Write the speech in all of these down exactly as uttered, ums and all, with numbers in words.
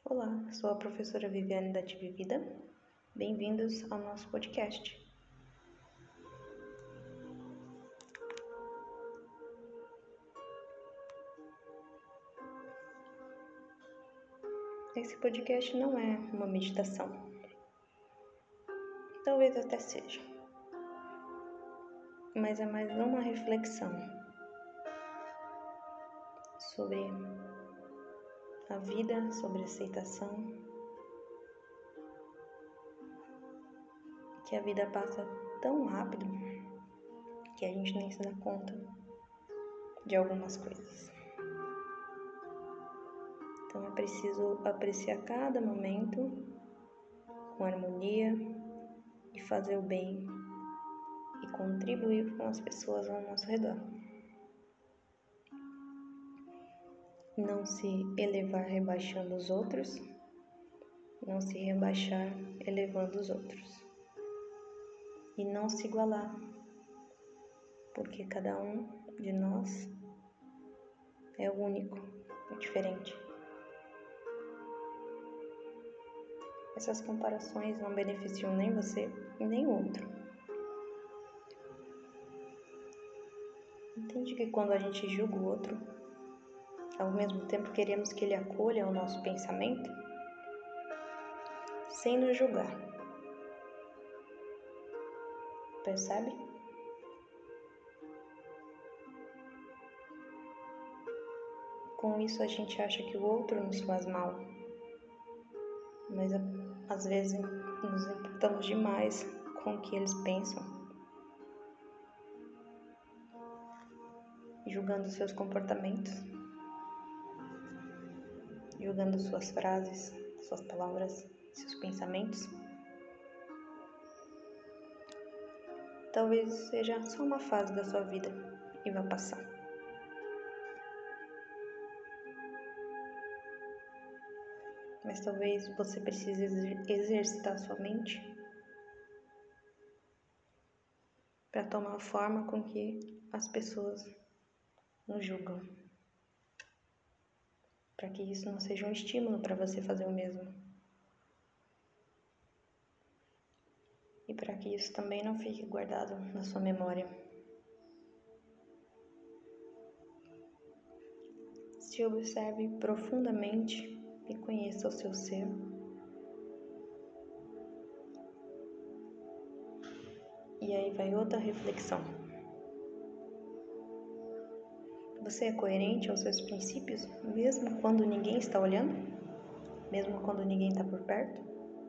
Olá, sou a professora Viviane da T V Vida. Bem-vindos ao nosso podcast. Esse podcast não é uma meditação. Talvez até seja. Mas é mais uma reflexão sobre a vida, sobre aceitação. Que a vida passa tão rápido que a gente nem se dá conta de algumas coisas. Então é preciso apreciar cada momento com harmonia e fazer o bem e contribuir com as pessoas ao nosso redor. Não se elevar rebaixando os outros, não se rebaixar elevando os outros. E não se igualar, porque cada um de nós é único, é diferente. Essas comparações não beneficiam nem você e nem o outro. Entende que quando a gente julga o outro, ao mesmo tempo queremos que ele acolha o nosso pensamento, sem nos julgar. Percebe? Com isso a gente acha que o outro nos faz mal, mas às vezes nos importamos demais com o que eles pensam, julgando seus comportamentos, julgando suas frases, suas palavras, seus pensamentos. Talvez seja só uma fase da sua vida e vai passar. Mas talvez você precise exercitar sua mente para tomar a forma com que as pessoas nos julgam. Para que isso não seja um estímulo para você fazer o mesmo. E para que isso também não fique guardado na sua memória. Se observe profundamente e conheça o seu ser. E aí vai outra reflexão. Você é coerente aos seus princípios, mesmo quando ninguém está olhando? Mesmo quando ninguém está por perto?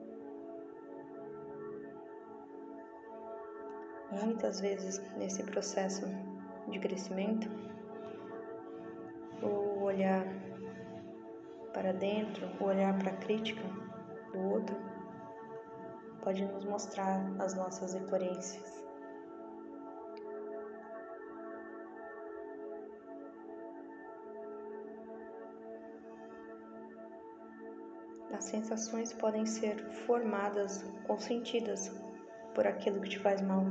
Muitas vezes, nesse processo de crescimento, o olhar para dentro, o olhar para a crítica do outro, pode nos mostrar as nossas incoerências. As sensações podem ser formadas ou sentidas por aquilo que te faz mal.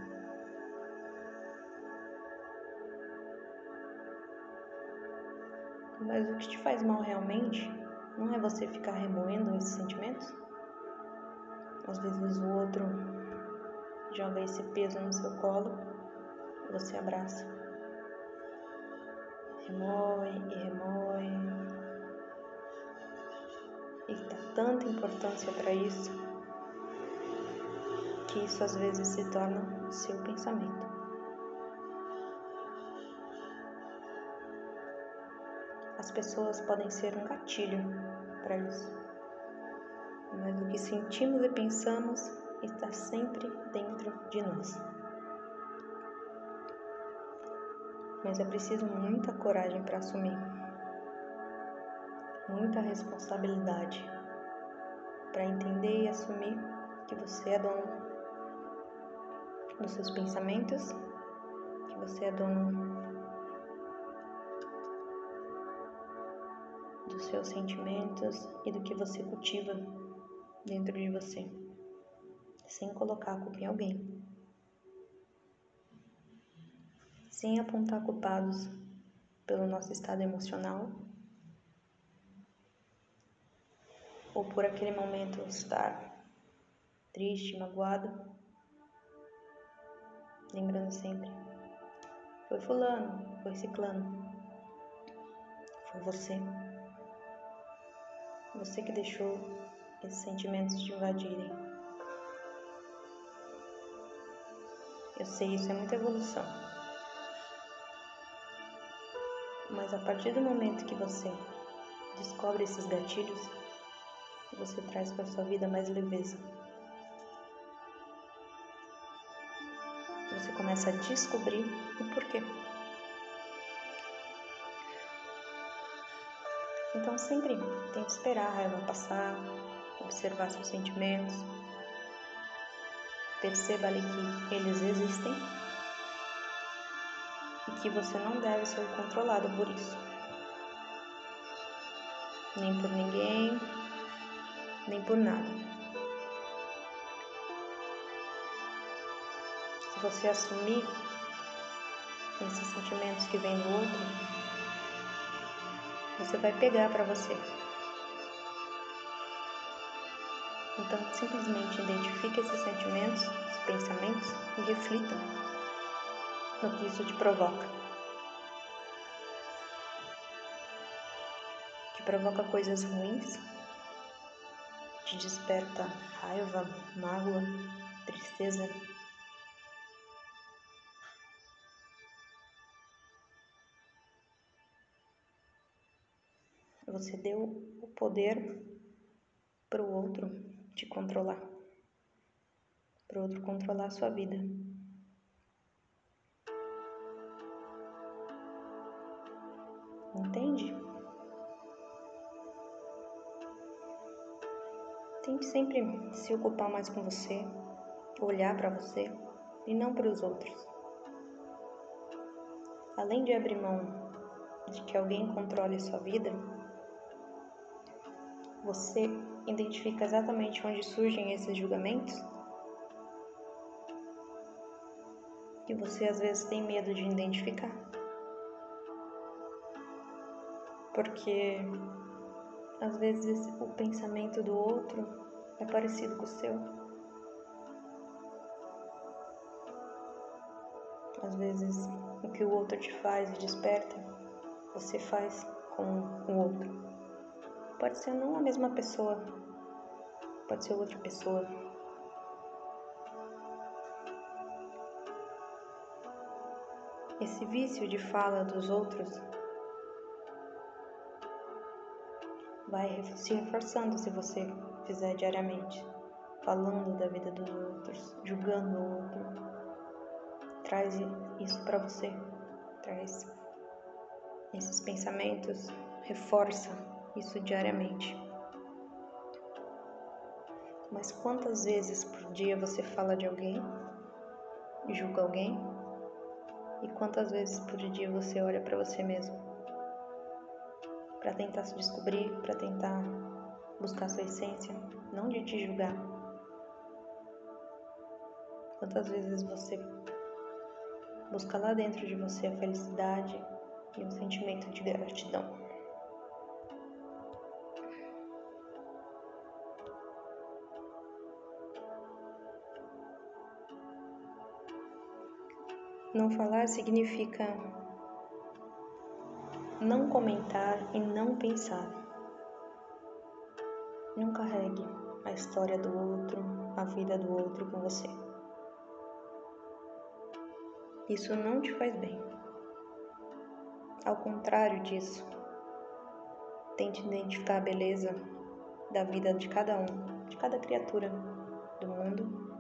Mas o que te faz mal realmente não é você ficar remoendo esses sentimentos? Às vezes o outro joga esse peso no seu colo e você abraça. Remoe e remoe. E dá tanta importância para isso, que isso às vezes se torna seu pensamento. As pessoas podem ser um gatilho para isso, mas o que sentimos e pensamos está sempre dentro de nós. Mas é preciso muita coragem para assumir, muita responsabilidade para entender e assumir que você é dono dos seus pensamentos, que você é dono dos seus sentimentos e do que você cultiva dentro de você, sem colocar a culpa em alguém, sem apontar culpados pelo nosso estado emocional, ou por aquele momento estar triste, magoado, lembrando sempre, foi fulano, foi ciclano, foi você. Você que deixou esses sentimentos te invadirem. Eu sei, isso é muita evolução. Mas a partir do momento que você descobre esses gatilhos, você traz para sua vida mais leveza. Você começa a descobrir o porquê. Então sempre tente esperar a raiva passar, observar seus sentimentos, perceba ali que eles existem e que você não deve ser controlado por isso. Nem por ninguém, nem por nada. Se você assumir esses sentimentos que vêm do outro, você vai pegar para você. Então, simplesmente identifique esses sentimentos, esses pensamentos e reflita no que isso te provoca. Te provoca coisas ruins, te desperta raiva, mágoa, tristeza. Você deu o poder para o outro te controlar, para o outro controlar a sua vida. Entende? Tente sempre se ocupar mais com você, olhar para você e não para os outros. Além de abrir mão de que alguém controle a sua vida, você identifica exatamente onde surgem esses julgamentos que você às vezes tem medo de identificar. Porque às vezes o pensamento do outro é parecido com o seu. Às vezes o que o outro te faz e desperta, você faz com o outro. Pode ser não a mesma pessoa, pode ser outra pessoa. Esse vício de fala dos outros vai se reforçando se você fizer diariamente, falando da vida dos outros, julgando o outro. Traz isso para você, traz esses pensamentos, reforça isso diariamente. Mas quantas vezes por dia você fala de alguém, julga alguém? E quantas vezes por dia você olha para você mesmo? Para tentar se descobrir, para tentar buscar sua essência, não de te julgar. Quantas vezes você busca lá dentro de você a felicidade e um sentimento de gratidão? Não falar significa não comentar e não pensar. Não carregue a história do outro, a vida do outro com você. Isso não te faz bem. Ao contrário disso, tente identificar a beleza da vida de cada um, de cada criatura do mundo.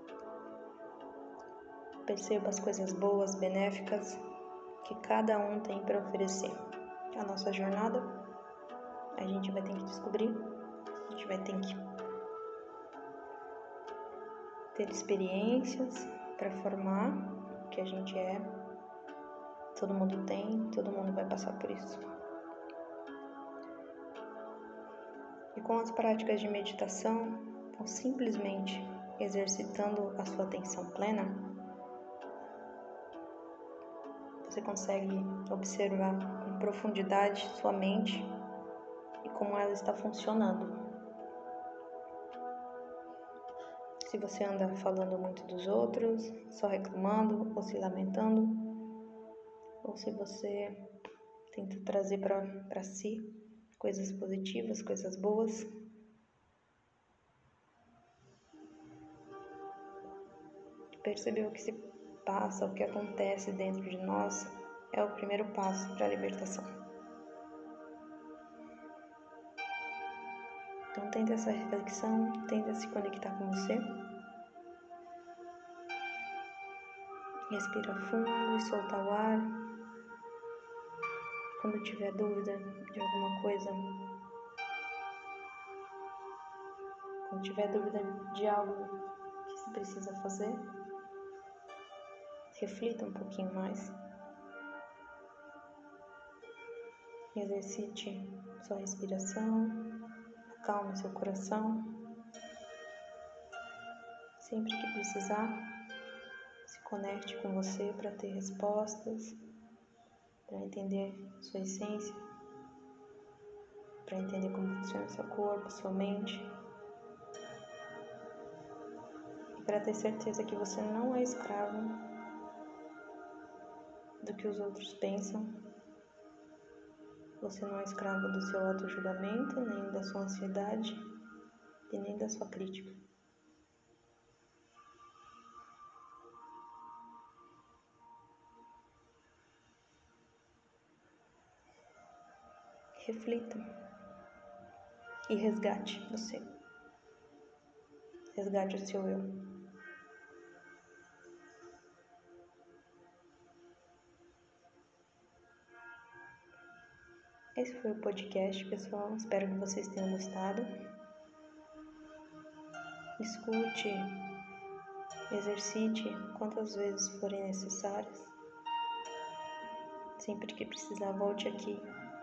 Perceba as coisas boas, benéficas que cada um tem para oferecer. A nossa jornada, a gente vai ter que descobrir, a gente vai ter que ter experiências para formar o que a gente é. Todo mundo tem, todo mundo vai passar por isso. E com as práticas de meditação, ou simplesmente exercitando a sua atenção plena, você consegue observar com profundidade sua mente e como ela está funcionando. Se você anda falando muito dos outros, só reclamando ou se lamentando, ou se você tenta trazer para si coisas positivas, coisas boas. Perceber o que se passa, o que acontece dentro de nós é o primeiro passo para a libertação. Então tenta essa reflexão, tenta se conectar com você. Respira fundo e solta o ar. Quando tiver dúvida de alguma coisa, quando tiver dúvida de algo que se precisa fazer, reflita um pouquinho mais. Exercite sua respiração, acalme seu coração. Sempre que precisar, se conecte com você para ter respostas, para entender sua essência, para entender como funciona seu corpo, sua mente. E para ter certeza que você não é escravo do que os outros pensam. Você não é escravo do seu auto-julgamento, nem da sua ansiedade e nem da sua crítica. Reflita e resgate você. Resgate o seu eu. Esse foi o podcast, pessoal. Espero que vocês tenham gostado. Escute, exercite quantas vezes forem necessárias. Sempre que precisar, volte aqui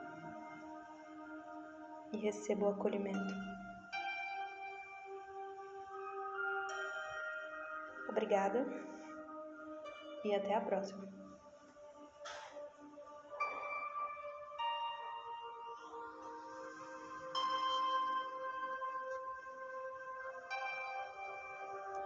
e receba o acolhimento. Obrigada e até a próxima.